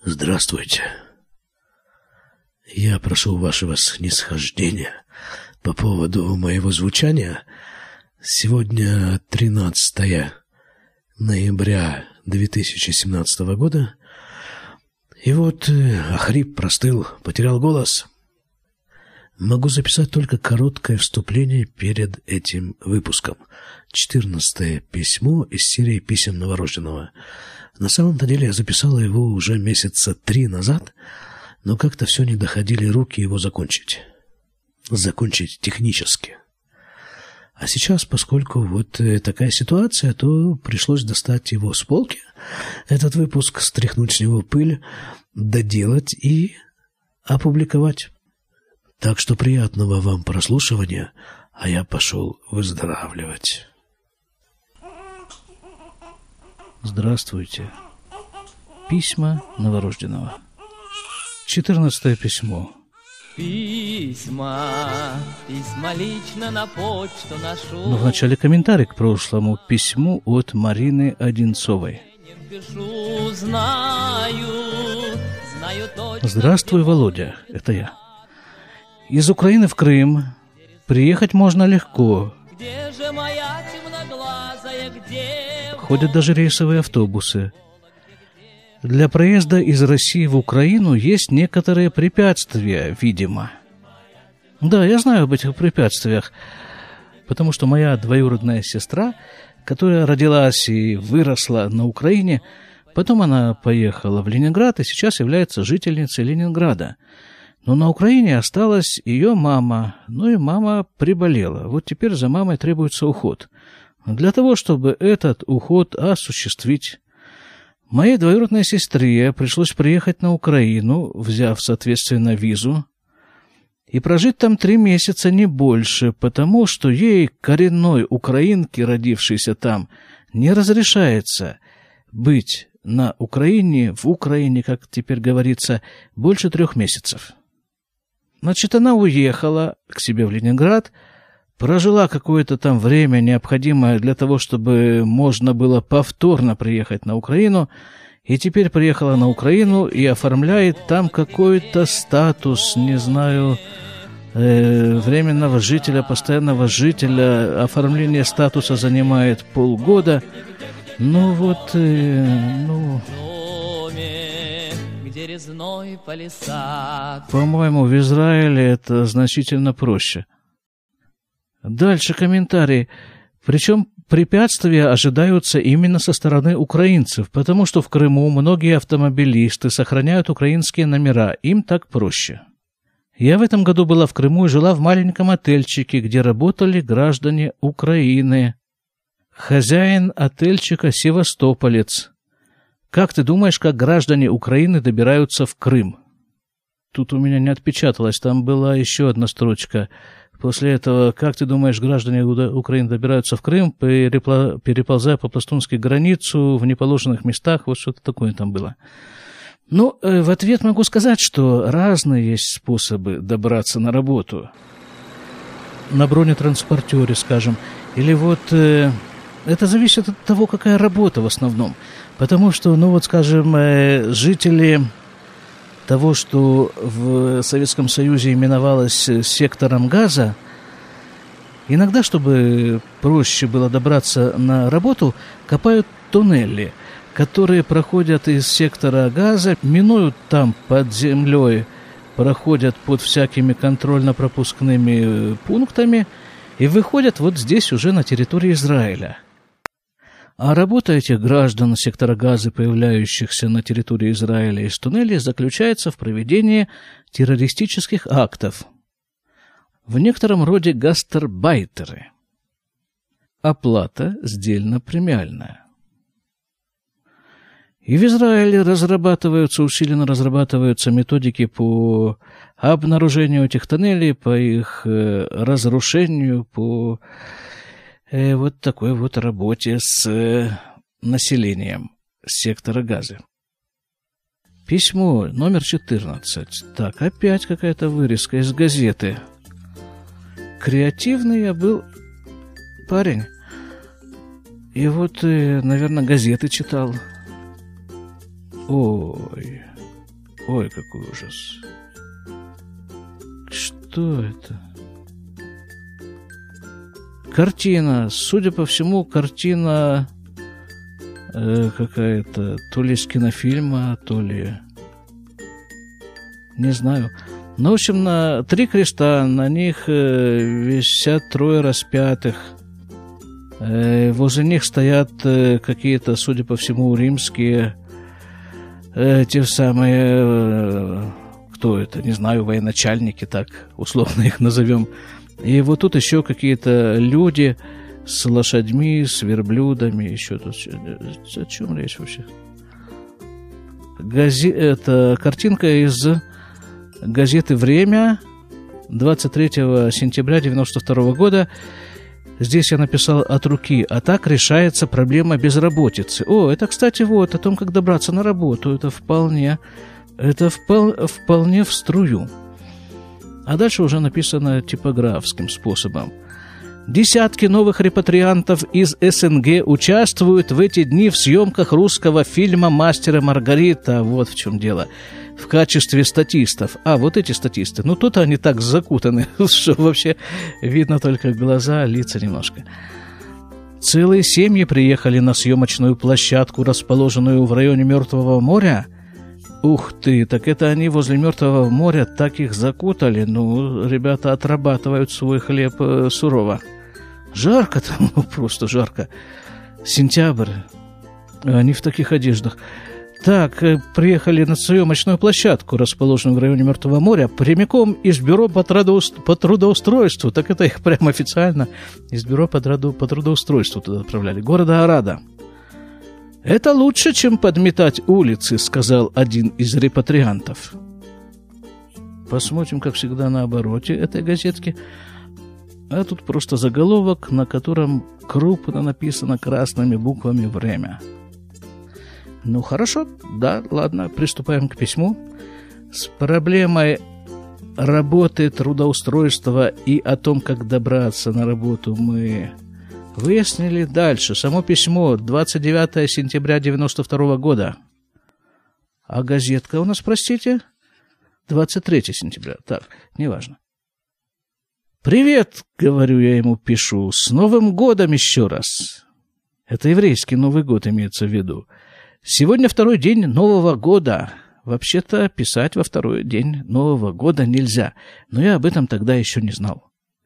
Здравствуйте. Я прошу вашего снисхождения по поводу моего звучания. Сегодня 13 ноября 2017 года. И вот охрип, простыл, потерял голос. Могу записать только короткое вступление перед этим выпуском. 14-е письмо из серии писем новорожденного. На самом-то деле я записал его уже месяца 3 назад, но как-то все не доходили руки его закончить. Закончить технически. А сейчас, поскольку вот такая ситуация, то пришлось достать его с полки, этот выпуск, стряхнуть с него пыль, доделать и опубликовать. Так что приятного вам прослушивания, а я пошел выздоравливать. Здравствуйте. Письма новорожденного. 14-е письмо. Письма лично на почту нашу. Но вначале комментарий к прошлому письму от Марины Одинцовой. Здравствуй, Володя, это я. Из Украины в Крым приехать можно легко. Где же моя темноглазая, где? Ходят даже рейсовые автобусы. Для проезда из России в Украину есть некоторые препятствия, видимо. Да, я знаю об этих препятствиях, потому что моя двоюродная сестра, которая родилась и выросла на Украине, потом она поехала в Ленинград и сейчас является жительницей Ленинграда. Но на Украине осталась ее мама, и мама приболела. Вот теперь за мамой требуется уход. Для того, чтобы этот уход осуществить, моей двоюродной сестре пришлось приехать на Украину, взяв, соответственно, визу, и прожить там 3 месяца, не больше, потому что ей, коренной украинке, родившейся там, не разрешается быть на Украине, в Украине, как теперь говорится, больше 3 месяцев. Значит, она уехала к себе в Ленинград, прожила какое-то там время, необходимое для того, чтобы можно было повторно приехать на Украину, и теперь приехала на Украину и оформляет там какой-то статус, не знаю, временного жителя, постоянного жителя. Оформление статуса занимает полгода. По-моему, в Израиле это значительно проще. Дальше комментарий. Причем препятствия ожидаются именно со стороны украинцев, потому что в Крыму многие автомобилисты сохраняют украинские номера, им так проще. Я в этом году была в Крыму и жила в маленьком отельчике, где работали граждане Украины. Хозяин отельчика севастополец. Как ты думаешь, как граждане Украины добираются в Крым? Тут у меня не отпечаталось, там была еще одна строчка. После этого, как ты думаешь, граждане Украины добираются в Крым, переползая по пластунской границу в неположенных местах? Вот что-то такое там было. В ответ могу сказать, что разные есть способы добраться на работу. На бронетранспортере, скажем. Или это зависит от того, какая работа в основном. Потому что, жители того, что в Советском Союзе именовалось сектором газа, иногда, чтобы проще было добраться на работу, копают туннели, которые проходят из сектора газа, минуют там под землей, проходят под всякими контрольно-пропускными пунктами и выходят вот здесь уже на территории Израиля. А работа этих граждан сектора газа, появляющихся на территории Израиля из туннелей, заключается в проведении террористических актов. В некотором роде гастарбайтеры. Оплата сдельно-премиальная. И в Израиле усиленно разрабатываются методики по обнаружению этих тоннелей, по их разрушению, по вот такой вот работе с населением сектора газа. Письмо номер 14. Так, опять какая-то вырезка из газеты. Креативный я был парень. И вот, наверное, газеты читал. Ой, Ой, какой ужас. Что это? Картина. Судя по всему, картина какая-то, то ли из кинофильма, то ли... Не знаю. Ну, в общем, на 3 креста, на них висят 3 распятых. Возле них стоят какие-то, судя по всему, римские, те самые, кто это, не знаю, военачальники, так условно их назовем. И вот тут еще какие-то люди с лошадьми, с верблюдами, еще тут. О чем речь вообще? Это картинка из газеты «Время» 23 сентября 1992 года. Здесь я написал от руки. А так решается проблема безработицы. О, это, кстати, вот о том, как добраться на работу. Это вполне в струю. А дальше уже написано типографским способом. Десятки новых репатриантов из СНГ участвуют в эти дни в съемках русского фильма «Мастер и Маргарита». Вот в чем дело. В качестве статистов. А, вот эти статисты. Ну, тут они так закутаны, что вообще видно только глаза, лица немножко. Целые семьи приехали на съемочную площадку, расположенную в районе Мертвого моря. Ух ты, так это они возле Мертвого моря так их закутали. Ну, ребята отрабатывают свой хлеб сурово. Жарко там, ну, просто жарко. Сентябрь. Они в таких одеждах. Так, приехали на съемочную площадку, расположенную в районе Мертвого моря, прямиком из бюро по трудоустройству. Так это их прямо официально из бюро по трудоустройству туда отправляли. Города Арада. «Это лучше, чем подметать улицы», — сказал один из репатриантов. Посмотрим, как всегда, на обороте этой газетки. А тут просто заголовок, на котором крупно написано красными буквами «Время». Ну, хорошо, да, ладно, приступаем к письму. С проблемой работы, трудоустройства и о том, как добраться на работу, мы выяснили. Дальше. Само письмо 29 сентября 1992 года. А газетка у нас, простите, 23 сентября. Так, неважно. «Привет», — говорю я ему, пишу, — «с Новым годом еще раз». Это еврейский Новый год имеется в виду. Сегодня 2-й день Нового года. Вообще-то писать во 2-й день Нового года нельзя, но я об этом тогда еще не знал.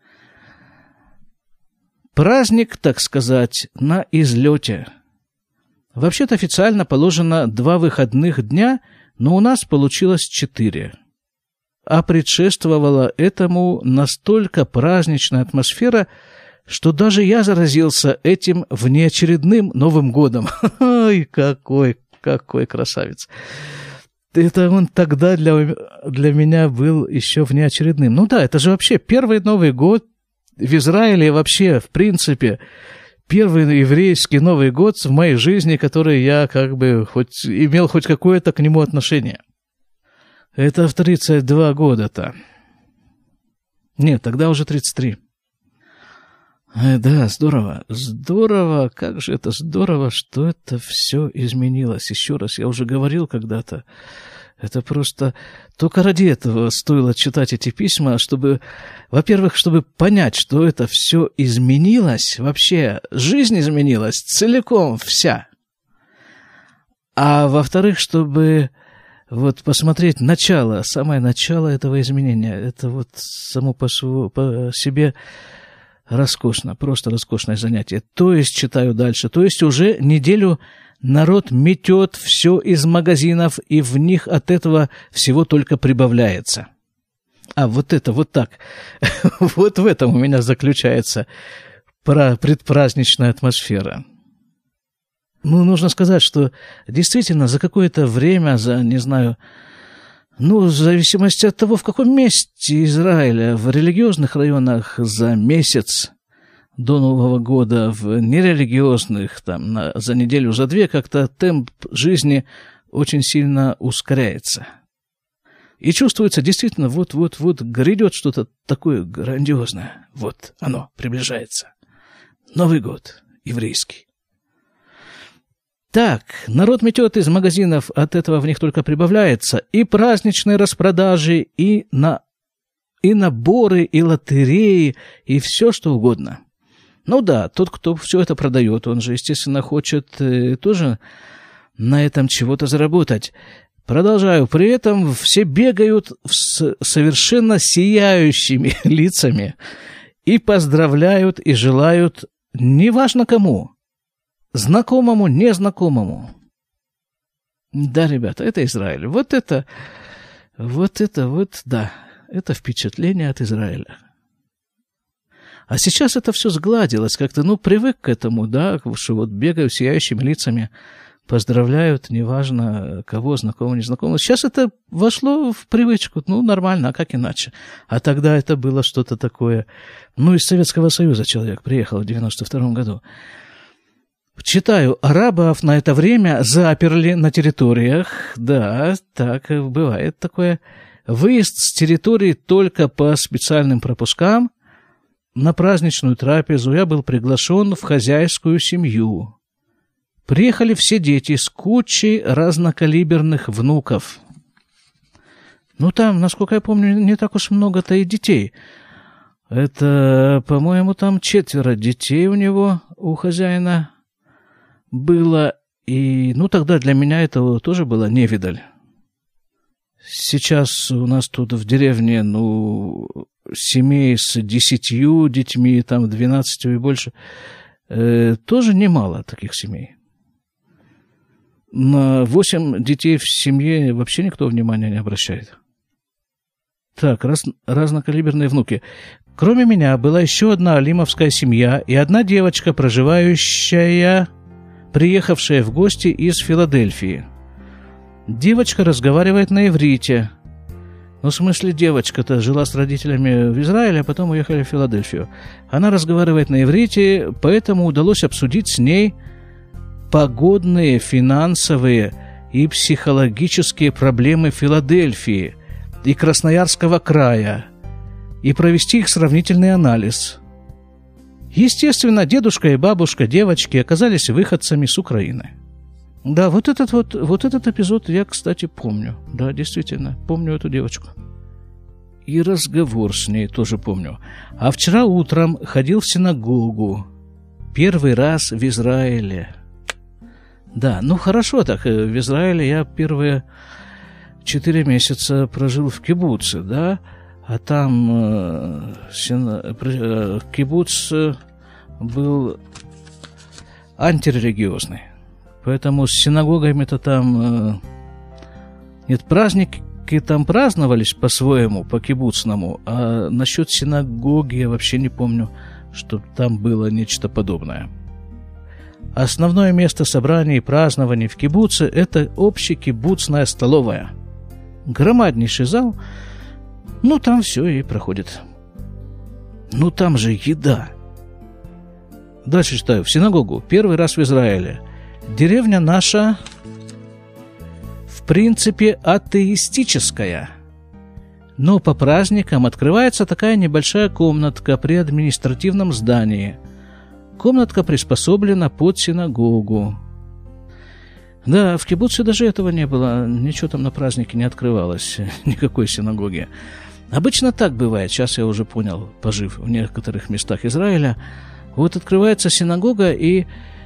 Праздник, так сказать, на излете. Вообще-то официально положено 2 выходных дня, но у нас получилось 4. А предшествовала этому настолько праздничная атмосфера, что даже я заразился этим внеочередным Новым годом. Ой, какой красавец. Это он тогда для меня был еще внеочередным. Ну да, это же вообще первый Новый год в Израиле, вообще, в принципе, первый еврейский Новый год в моей жизни, который я как бы имел хоть какое-то к нему отношение. Это в 32 года-то. Нет, тогда уже 33. Да, здорово, здорово, как же это здорово, что это все изменилось. Еще раз, я уже говорил когда-то, это просто только ради этого стоило читать эти письма, чтобы, во-первых, чтобы понять, что это все изменилось, вообще жизнь изменилась целиком вся. А во-вторых, чтобы вот посмотреть самое начало этого изменения, это вот само по себе роскошно, просто роскошное занятие. То есть читаю дальше, то есть уже неделю народ метет все из магазинов, и в них от этого всего только прибавляется. А вот это вот так. Вот в этом у меня заключается предпраздничная атмосфера. Ну, нужно сказать, что действительно за какое-то время, не знаю, в зависимости от того, в каком месте Израиля, в религиозных районах за месяц до Нового года, в нерелигиозных, за неделю, за 2, как-то темп жизни очень сильно ускоряется. И чувствуется действительно, вот грядет что-то такое грандиозное. Вот оно приближается. Новый год еврейский. Так, народ метет из магазинов, от этого в них только прибавляется. И праздничные распродажи, и наборы, и лотереи, и все что угодно. Ну да, тот, кто все это продает, он же, естественно, хочет тоже на этом чего-то заработать. Продолжаю. При этом все бегают с совершенно сияющими лицами и поздравляют, и желают неважно кому. Знакомому, незнакомому. Да, ребята, это Израиль. Вот, да, это впечатление от Израиля. А сейчас это все сгладилось, как-то, привык к этому, да, что вот бегают сияющими лицами, поздравляют, неважно кого, знакомого, незнакомого. Сейчас это вошло в привычку, нормально, а как иначе? А тогда это было что-то такое. Из Советского Союза человек приехал в 92 году. Читаю, арабов на это время заперли на территориях. Да, так бывает такое. Выезд с территории только по специальным пропускам. На праздничную трапезу я был приглашен в хозяйскую семью. Приехали все дети с кучей разнокалиберных внуков. Там, насколько я помню, не так уж много-то и детей. Это, по-моему, там 4 детей у него, у хозяина было. И, тогда для меня это тоже была невидаль. Сейчас у нас тут в деревне, семей с 10 детьми, там 12 и больше, тоже немало таких семей. На 8 детей в семье вообще никто внимания не обращает. Так, разнокалиберные внуки. Кроме меня была еще одна алимовская семья и одна девочка, приехавшая в гости из Филадельфии. Девочка разговаривает на иврите. В смысле, девочка-то жила с родителями в Израиле, а потом уехали в Филадельфию. Она разговаривает на иврите, поэтому удалось обсудить с ней погодные, финансовые и психологические проблемы Филадельфии и Красноярского края и провести их сравнительный анализ. Естественно, дедушка и бабушка девочки оказались выходцами с Украины. Да, вот этот эпизод я, кстати, помню. Да, действительно, помню эту девочку. И разговор с ней тоже помню. А вчера утром ходил в синагогу. Первый раз в Израиле. Да, хорошо так. В Израиле я первые 4 месяца прожил в кибуце, да? А там кибуц был антирелигиозный. Поэтому с синагогами-то там... Нет, праздники там праздновались по-своему, по-кибуцному, а насчет синагоги я вообще не помню, что там было нечто подобное. Основное место собраний и празднований в кибуце – это общекибуцная столовая. Громаднейший зал, там все и проходит. Там же еда. Дальше читаю. В синагогу. Первый раз в Израиле. Деревня наша, в принципе, атеистическая. Но по праздникам открывается такая небольшая комнатка при административном здании. Комнатка приспособлена под синагогу. Да, в кибуце даже этого не было. Ничего там на празднике не открывалось. Никакой синагоги. Обычно так бывает. Сейчас я уже понял, пожив в некоторых местах Израиля. Вот открывается синагога, и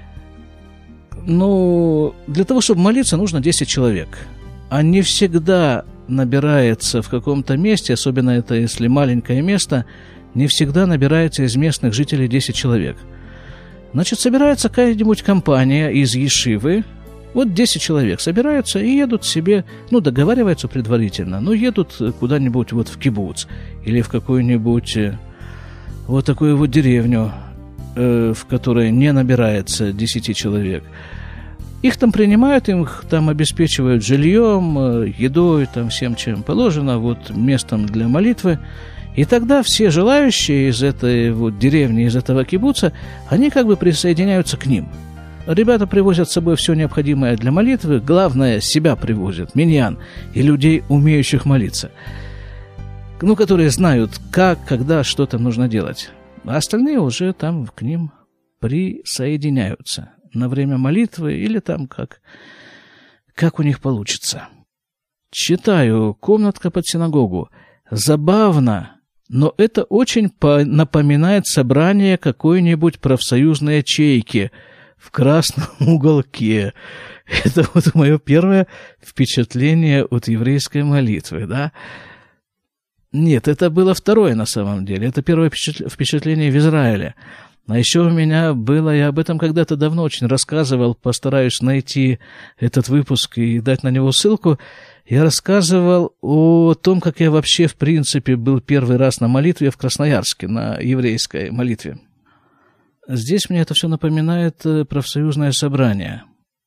для того, чтобы молиться, нужно 10 человек. А не всегда набирается в каком-то месте, особенно это если маленькое место, не всегда набирается из местных жителей 10 человек. Значит, собирается какая-нибудь компания из ешивы, 10 человек собираются и едут себе, договариваются предварительно, едут куда-нибудь в кибуц или в какую-нибудь такую деревню, в которой не набирается 10 человек. Их там принимают, им там обеспечивают жильем, едой, там всем, чем положено, местом для молитвы. И тогда все желающие из этой деревни, из этого кибуца, они присоединяются к ним. Ребята привозят с собой все необходимое для молитвы, главное, себя привозят, миньян, и людей, умеющих молиться. Которые знают, как, когда, что там нужно делать. А остальные уже там к ним присоединяются. на время молитвы или там как у них получится. Читаю «Комнатка под синагогу». Забавно, но это очень напоминает собрание какой-нибудь профсоюзной ячейки в красном уголке. Это вот мое первое впечатление от еврейской молитвы, да? Нет, это было второе на самом деле. Это первое впечатление в Израиле. А еще у меня было, я об этом когда-то давно очень рассказывал, постараюсь найти этот выпуск и дать на него ссылку. Я рассказывал о том, как я вообще, в принципе, был первый раз на молитве в Красноярске, на еврейской молитве. Здесь мне это все напоминает профсоюзное собрание.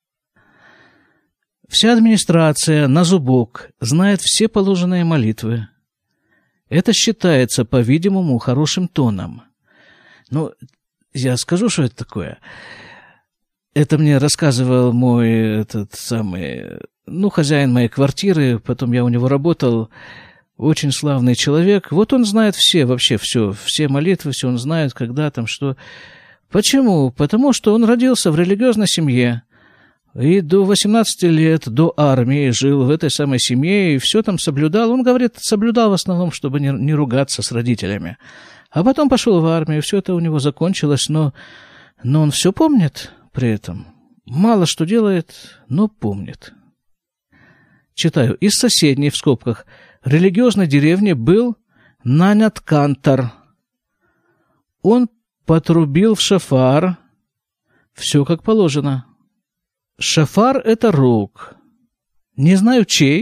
Вся администрация на зубок знает все положенные молитвы. Это считается, по-видимому, хорошим тоном. Ну, я скажу, что это такое. Это мне рассказывал мой хозяин моей квартиры, потом я у него работал, очень славный человек. Вот он знает все молитвы, все он знает, когда там, что. Почему? Потому что он родился в религиозной семье. И до 18 лет, до армии, жил в этой самой семье и все там соблюдал. Он говорит, соблюдал в основном, чтобы не ругаться с родителями. А потом пошел в армию, все это у него закончилось, но он все помнит при этом. Мало что делает, но помнит. Читаю. Из соседней, в скобках, религиозной деревни был нанят кантор. Он потрубил в шафар. Все как положено. Шафар — это рог. Не знаю, чей,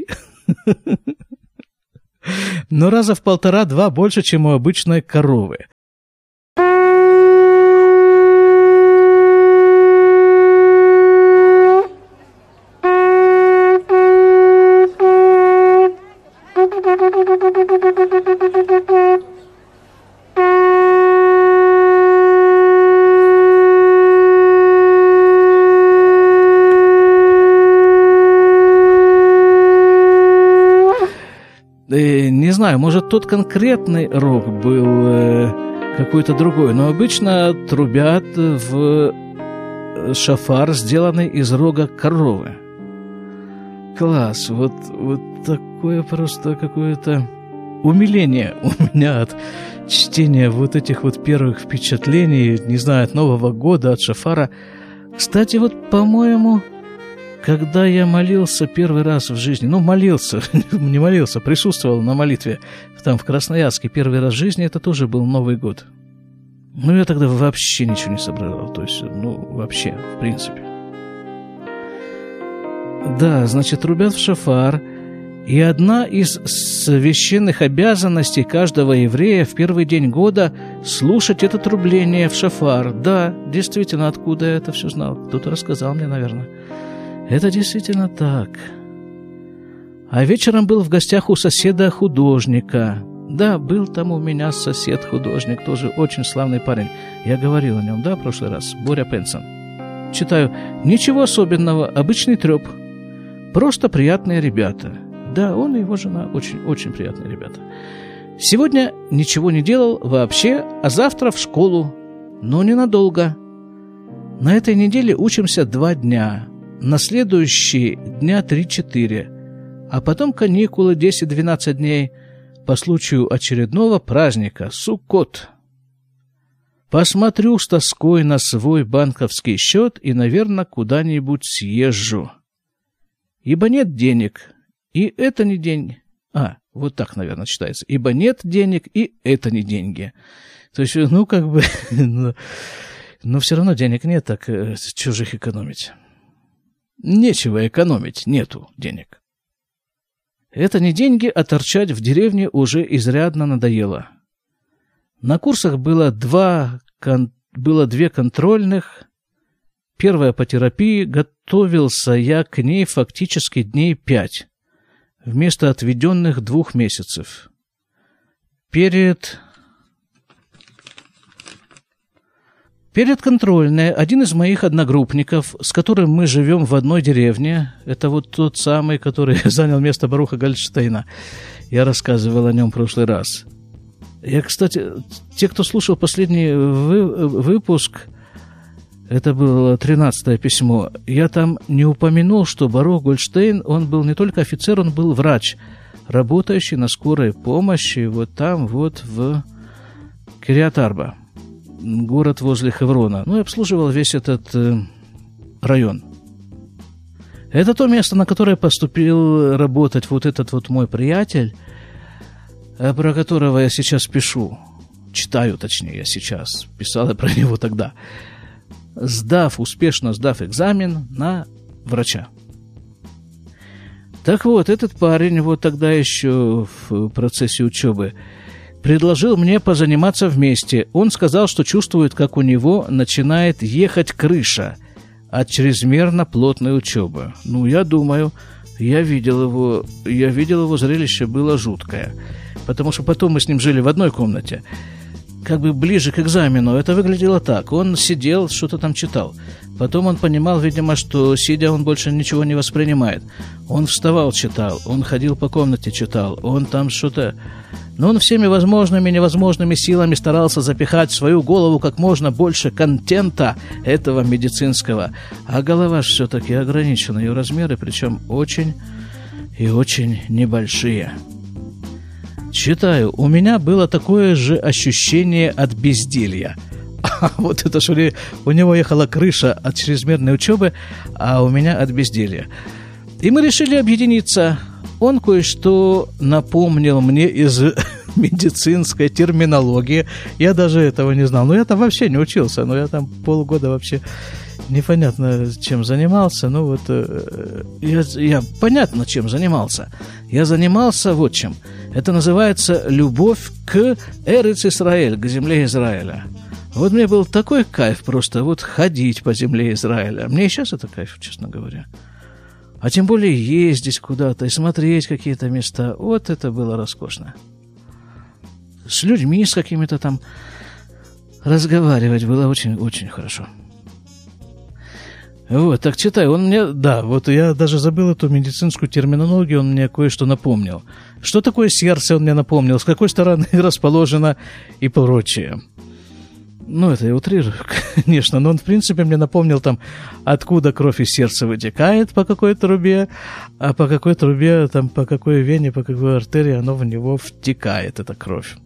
но раза в 1,5-2 больше, чем у обычной коровы. Не знаю, может, тот конкретный рог был какой-то другой, но обычно трубят в шафар, сделанный из рога коровы. Класс, вот такое просто какое-то умиление у меня от чтения вот этих вот первых впечатлений, не знаю, от Нового года, от шафара. Кстати, вот, по-моему, когда я молился первый раз в жизни, присутствовал на молитве там в Красноярске первый раз в жизни, это тоже был Новый год. Я тогда вообще ничего не соображал, то есть, вообще, в принципе. Да, значит, трубят в шафар, и одна из священных обязанностей каждого еврея в первый день года слушать это трубление в шафар. Да, действительно, откуда я это все знал? Кто-то рассказал мне, наверное. Это действительно так. А вечером был в гостях у соседа-художника. Да, был там у меня сосед-художник, тоже очень славный парень. Я говорил о нем, в прошлый раз. Боря Пенсон. Читаю. Ничего особенного, обычный треп. Просто приятные ребята. Да, он и его жена очень-очень приятные ребята. Сегодня ничего не делал вообще, а завтра в школу. Но ненадолго. На этой неделе учимся 2 дня. На следующие дня 3-4, а потом каникулы 10-12 дней по случаю очередного праздника Суккот. Посмотрю с тоской на свой банковский счет и, наверное, куда-нибудь съезжу. Ибо нет денег, и это не деньги. Вот так, наверное, читается. Ибо нет денег, и это не деньги. То есть, но все равно денег нет, так чужих экономить. Нечего экономить, нету денег. Это не деньги, а торчать в деревне уже изрядно надоело. На курсах было 2 контрольных. Первая по терапии, готовился я к ней фактически дней 5, вместо отведенных 2 месяцев. Перед контрольной один из моих одногруппников, с которым мы живем в одной деревне, это вот тот самый, который занял место Баруха Гольдштейна. Я рассказывал о нем в прошлый раз. Я, кстати, те, кто слушал последний выпуск, Это было 13-е письмо. Я там не упомянул, что Барух Гольдштейн, он был не только офицер, он был врач, работающий на скорой помощи вот там, вот в Кирьят-Арба, город возле Хеврона. Ну и обслуживал весь этот район. Это то место, на которое поступил работать вот этот вот мой приятель, про которого я сейчас пишу. Читаю, точнее, я сейчас. Писал я про него тогда. Успешно сдав экзамен на врача. Так вот, этот парень вот тогда еще в процессе учебы предложил мне позаниматься вместе. Он сказал, что чувствует, как у него начинает ехать крыша от чрезмерно плотной учебы. Ну, я думаю, я видел его зрелище было жуткое. Потому что потом мы с ним жили в одной комнате. Как бы ближе к экзамену это выглядело так. Он сидел, что-то там читал. Потом он понимал, видимо, что сидя он больше ничего не воспринимает. Он вставал, читал. Он ходил по комнате, читал. Он там что-то... Но он всеми возможными и невозможными силами старался запихать в свою голову как можно больше контента этого медицинского. А голова же все-таки ограничена, ее размеры, причем очень и очень небольшие. Читаю. У меня было такое же ощущение от безделья. Вот это что ли, у него ехала крыша от чрезмерной учебы, а у меня от безделья. И мы решили объединиться. Он кое-что напомнил мне из медицинской терминологии. Я даже этого не знал. Но я там вообще не учился. Но я там полгода вообще непонятно чем занимался. Ну вот я понятно чем занимался. Я занимался вот чем. Это называется любовь к Эрец-Исраэль, к земле Израиля. Вот мне был такой кайф просто вот ходить по земле Израиля. Мне и сейчас это кайф, честно говоря. А тем более ездить куда-то и смотреть какие-то места. Вот это было роскошно. С людьми, с какими-то там разговаривать было очень-очень хорошо. Вот, так читаю. Он мне, да, вот я даже забыл эту медицинскую терминологию, он мне кое-что напомнил. Что такое сердце, он мне напомнил, с какой стороны расположено и прочее. Ну, это я утрирую, конечно, но он, в принципе, мне напомнил там, откуда кровь из сердца вытекает, по какой трубе, а по какой трубе, там, по какой вене, по какой артерии оно в него втекает, эта кровь.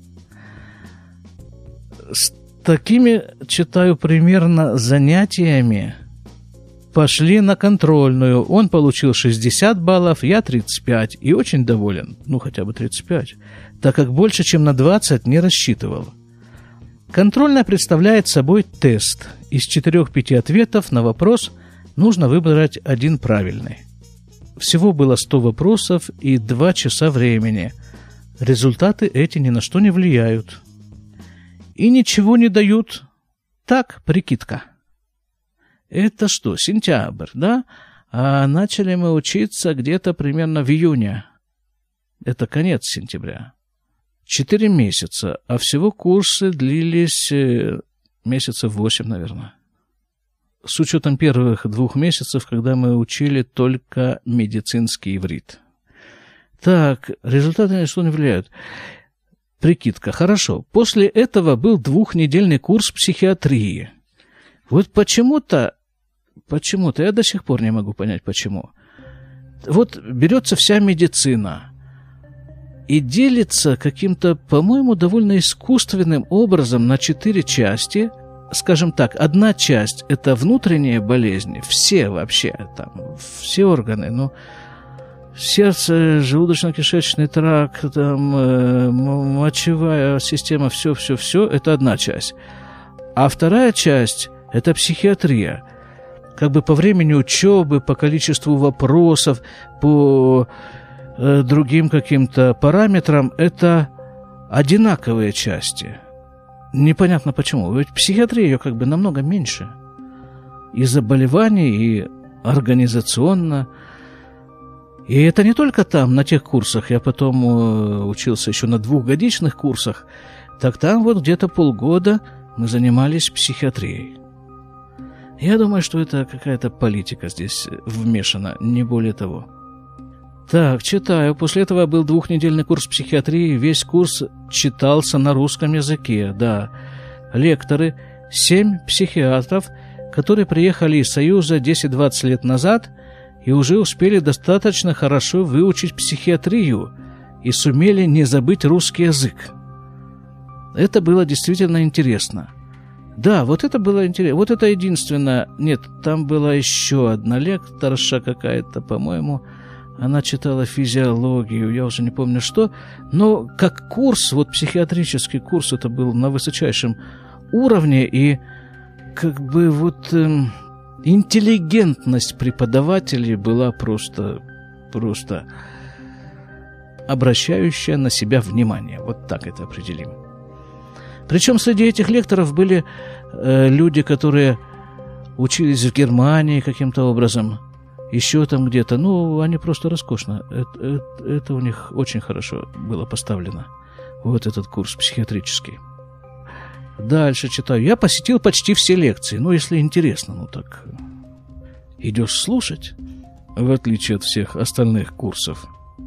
С такими, читаю, примерно занятиями пошли на контрольную. Он получил 60 баллов, я 35, и очень доволен, ну, хотя бы 35, так как больше, чем на 20 не рассчитывал. Контрольная представляет собой тест. Из 4-5 ответов на вопрос нужно выбрать один правильный. Всего было 100 вопросов и 2 часа времени. Результаты эти ни на что не влияют. И ничего не дают. Так, прикидка. Это что, сентябрь, да? А начали мы учиться где-то примерно в июне. Это конец сентября. 4 месяца, а всего курсы длились месяцев 8, наверное. С учетом первых 2 месяцев, когда мы учили только медицинский иврит. Так, результаты ни на что не влияют. Прикидка, хорошо. После этого был 2-недельный курс психиатрии. Вот почему-то, я до сих пор не могу понять, почему. Вот берется вся медицина и делится каким-то, по-моему, довольно искусственным образом на 4 части. Скажем так, одна часть – это внутренние болезни, все вообще, там, все органы, ну, сердце, желудочно-кишечный тракт, там, мочевая система, все, это одна часть. А вторая часть – это психиатрия. Как бы по времени учебы, по количеству вопросов, по другим каким-то параметрам это одинаковые части. Непонятно почему. Ведь психиатрия ее как бы намного меньше. И заболеваний, и организационно. И это не только там, на тех курсах. Я потом учился еще на 2-годичных курсах. Так там вот где-то полгода мы занимались психиатрией. Я думаю, что это какая-то политика здесь вмешана, не более того. Так, читаю. После этого был 2-недельный курс психиатрии. Весь курс читался на русском языке, да. Лекторы, 7 психиатров, которые приехали из Союза 10-20 лет назад и уже успели достаточно хорошо выучить психиатрию и сумели не забыть русский язык. Это было действительно интересно. Да, вот это было интересно. Вот это единственное. Нет, там была еще одна лекторша какая-то, по-моему. Она читала физиологию, я уже не помню что. Но как курс, вот психиатрический курс, это был на высочайшем уровне. И как бы вот интеллигентность преподавателей была просто обращающая на себя внимание. Вот так это определим. Причем среди этих лекторов были люди, которые учились в Германии каким-то образом, еще там где-то. Ну, они просто роскошно. Это у них очень хорошо было поставлено. Вот этот курс психиатрический. Дальше читаю. Я посетил почти все лекции. Ну, если интересно, ну так идешь слушать, в отличие от всех остальных курсов.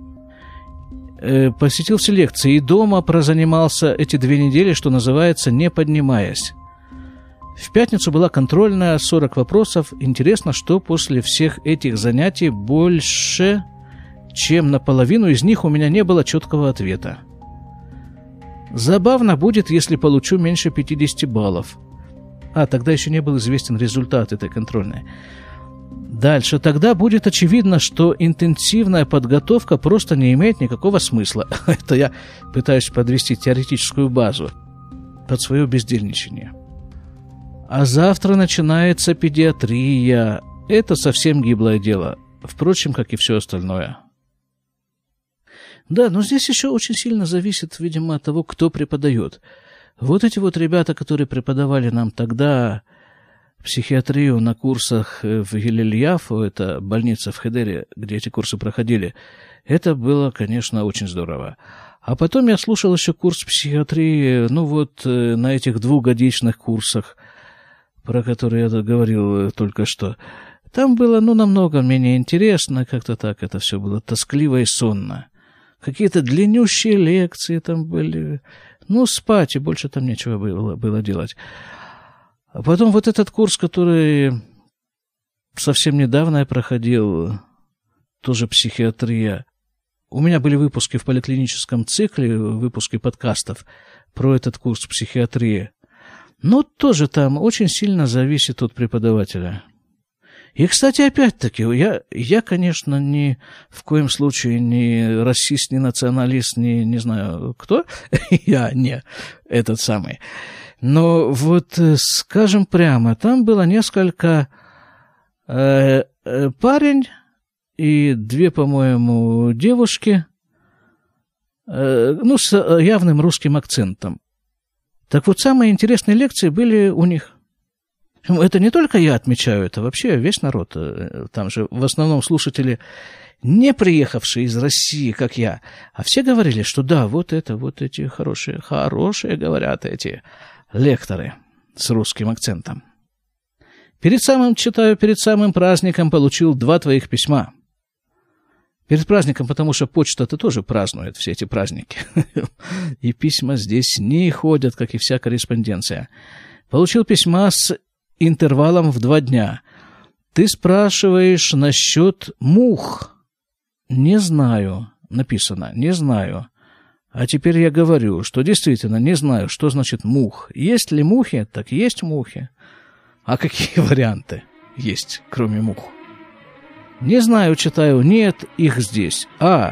Посетил все лекции и дома прозанимался эти 2 недели, что называется, не поднимаясь. В пятницу была контрольная, 40 вопросов. Интересно, что после всех этих занятий больше, чем наполовину из них у меня не было четкого ответа. Забавно будет, если получу меньше 50 баллов. Тогда еще не был известен результат этой контрольной. Дальше. Тогда будет очевидно, что интенсивная подготовка просто не имеет никакого смысла. Это я пытаюсь подвести теоретическую базу под свое бездельничание. А завтра начинается педиатрия. Это совсем гиблое дело. Впрочем, как и все остальное. Да, но здесь еще очень сильно зависит, видимо, от того, кто преподает. Вот эти вот ребята, которые преподавали нам тогда психиатрию на курсах в Гилель-Яффу, это больница в Хедере, где эти курсы проходили, это было, конечно, очень здорово. А потом я слушал еще курс психиатрии, ну вот на этих 2-годичных курсах, про которые я говорил только что. Там было, ну, намного менее интересно, как-то так, это все было тоскливо и сонно. Какие-то длиннющие лекции там были. Ну, спать, и больше там нечего было делать. А потом вот этот курс, который совсем недавно я проходил, тоже психиатрия. У меня были выпуски в поликлиническом цикле, выпуски подкастов про этот курс психиатрии. Но тоже там очень сильно зависит от преподавателя. И, кстати, опять-таки, я, конечно, ни в коем случае не расист, не националист, не знаю кто. Я не этот самый. Но вот, скажем прямо, там было несколько парень и 2, по-моему, девушки, ну, с явным русским акцентом. Так вот, самые интересные лекции были у них. Это не только я отмечаю, это вообще весь народ. Там же в основном слушатели, не приехавшие из России, как я, а все говорили, что да, вот эти хорошие, говорят эти лекторы с русским акцентом. Перед самым праздником получил 2 твоих письма. Перед праздником, потому что почта-то тоже празднует все эти праздники. И письма здесь не ходят, как и вся корреспонденция. Получил письма с интервалом в 2 дня. Ты спрашиваешь насчет мух. Не знаю. Написано, не знаю. А теперь я говорю, что действительно не знаю, что значит мух. Есть ли мухи? Так есть мухи. А какие варианты есть, кроме мух? Не знаю, читаю. Нет, их здесь.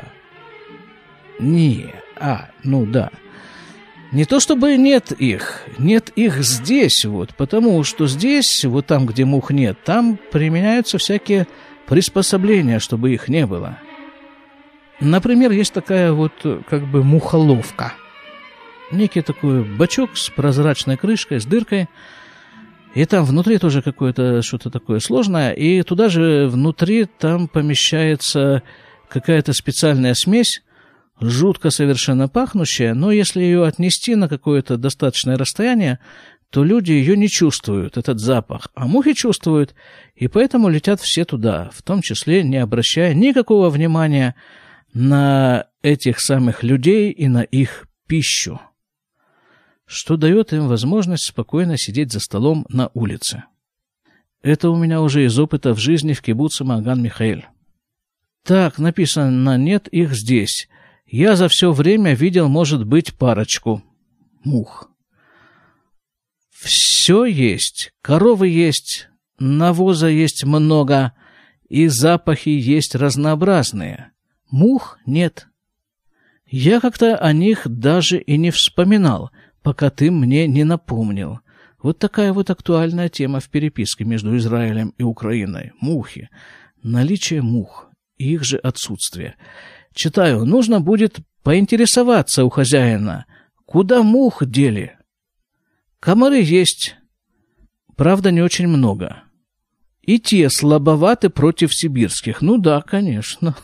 Ну да. Не то чтобы нет их здесь, вот, потому что здесь, вот там, где мух нет, там применяются всякие приспособления, чтобы их не было. Например, есть такая вот, как бы, мухоловка. Некий такой бачок с прозрачной крышкой, с дыркой, и там внутри тоже какое-то что-то такое сложное, и туда же внутри там помещается какая-то специальная смесь, жутко совершенно пахнущая, но если ее отнести на какое-то достаточное расстояние, то люди ее не чувствуют, этот запах, а мухи чувствуют, и поэтому летят все туда, в том числе не обращая никакого внимания на этих самых людей и на их пищу, что дает им возможность спокойно сидеть за столом на улице. Это у меня уже из опыта в жизни в кибуце Мааган-Михаэль. Так, написано, нет их здесь. Я за все время видел, может быть, парочку мух. Все есть, коровы есть, навоза есть много, и запахи есть разнообразные. Мух нет. Я как-то о них даже и не вспоминал, пока ты мне не напомнил. Вот такая вот актуальная тема в переписке между Израилем и Украиной. Мухи. Наличие мух и их же отсутствие. Читаю. Нужно будет поинтересоваться у хозяина, куда мух дели. Комары есть. Правда, не очень много. И те слабоваты против сибирских. Ну да, конечно.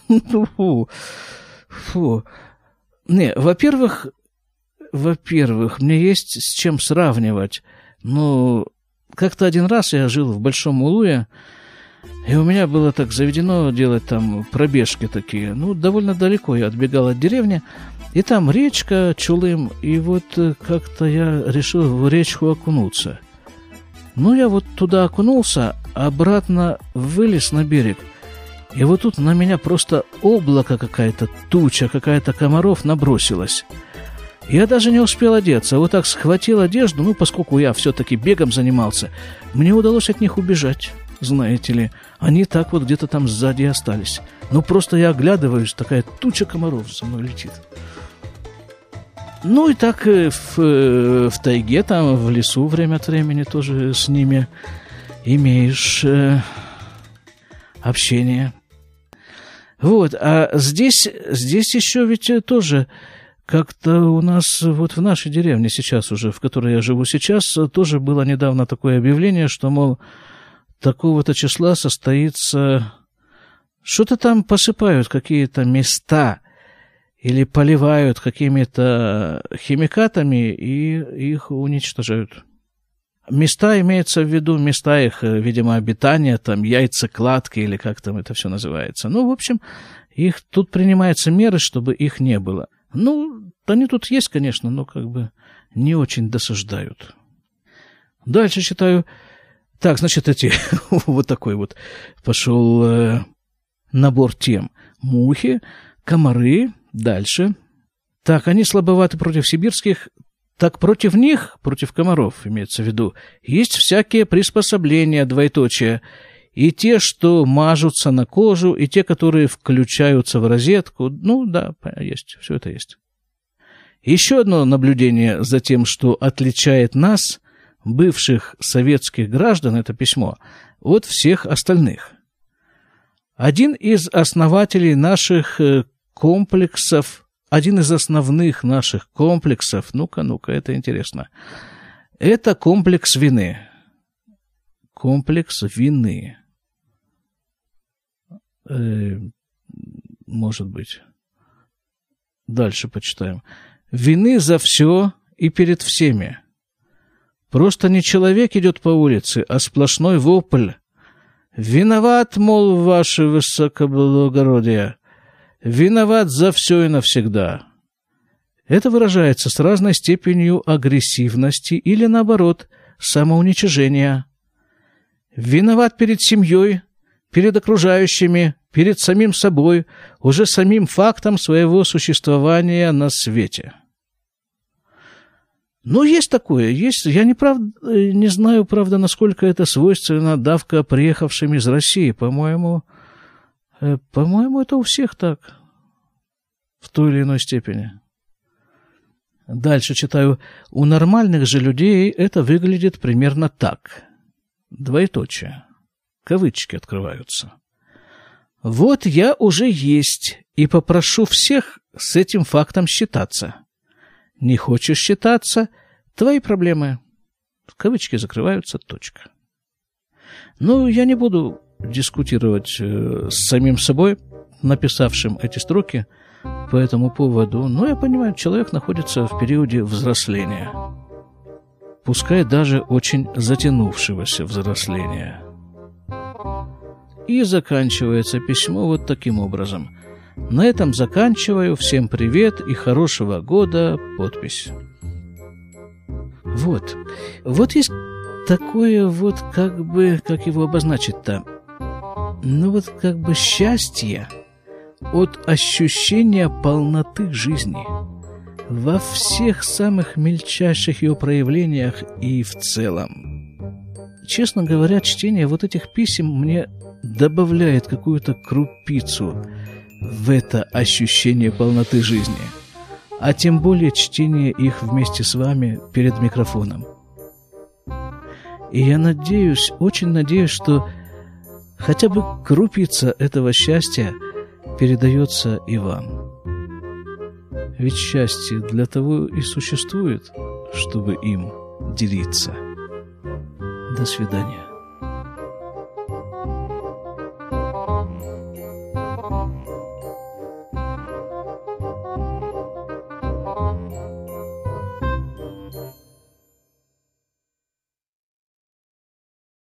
Фу. Не, во-первых, мне есть с чем сравнивать. Ну, как-то один раз я жил в Большом Улуе, и у меня было так заведено делать там пробежки такие. Ну, довольно далеко я отбегал от деревни, и там речка, Чулым, и вот как-то я решил в речку окунуться. Ну, я вот туда окунулся, обратно вылез на берег, и вот тут на меня просто облако какая-то, туча какая-то комаров набросилась. Я даже не успел одеться, вот так схватил одежду, ну, поскольку я все-таки бегом занимался, мне удалось от них убежать, знаете ли. Они так вот где-то там сзади остались. Ну, просто я оглядываюсь, такая туча комаров со мной летит. Ну, и так в тайге, там, в лесу время от времени тоже с ними имеешь общение. Вот, а здесь еще ведь тоже... Как-то у нас вот в нашей деревне сейчас уже, в которой я живу сейчас, тоже было недавно такое объявление, что, мол, такого-то числа состоится... Что-то там посыпают какие-то места или поливают какими-то химикатами и их уничтожают. Места имеется в виду, места их, видимо, обитания, там яйцекладки или как там это все называется. Ну, в общем, их тут принимаются меры, чтобы их не было. Ну, они тут есть, конечно, но как бы не очень досаждают. Дальше читаю. Так, значит, вот такой вот пошел набор тем. Мухи, комары, дальше. Так, они слабоваты против сибирских. Так против них, против комаров, имеется в виду, есть всякие приспособления, двоеточие. И те, что мажутся на кожу, и те, которые включаются в розетку. Ну, да, есть, все это есть. Еще одно наблюдение за тем, что отличает нас, бывших советских граждан, это письмо, от всех остальных. Один из основателей наших комплексов, один из основных наших комплексов, ну-ка, это интересно, это комплекс вины. Комплекс вины. Может быть. Дальше почитаем. Вины за все и перед всеми. Просто не человек идет по улице, а сплошной вопль. Виноват, мол, ваше высокоблагородие. Виноват за все и навсегда. Это выражается с разной степенью агрессивности или, наоборот, самоуничижения. Виноват перед семьей, перед окружающими, перед самим собой, уже самим фактом своего существования на свете. Ну, есть такое, есть. Я не знаю, правда, насколько это свойственно давка приехавшим из России. По-моему, это у всех так, в той или иной степени. Дальше читаю. У нормальных же людей это выглядит примерно так. Двоеточие. Кавычки открываются. Вот я уже есть, и попрошу всех с этим фактом считаться. Не хочешь считаться — твои проблемы. Кавычки закрываются, точка. Ну, я не буду дискутировать с самим собой, написавшим эти строки, по этому поводу. Но я понимаю, человек находится в периоде взросления. Пускай даже очень затянувшегося взросления. И заканчивается письмо вот таким образом. На этом заканчиваю. Всем привет и хорошего года. Подпись. Вот есть такое вот как его обозначить-то? Ну вот как бы счастье от ощущения полноты жизни во всех самых мельчайших ее проявлениях и в целом. Честно говоря, чтение вот этих писем мне добавляет какую-то крупицу в это ощущение полноты жизни, а тем более чтение их вместе с вами перед микрофоном. И я надеюсь, очень надеюсь, что хотя бы крупица этого счастья передается и вам. Ведь счастье для того и существует, чтобы им делиться. До свидания.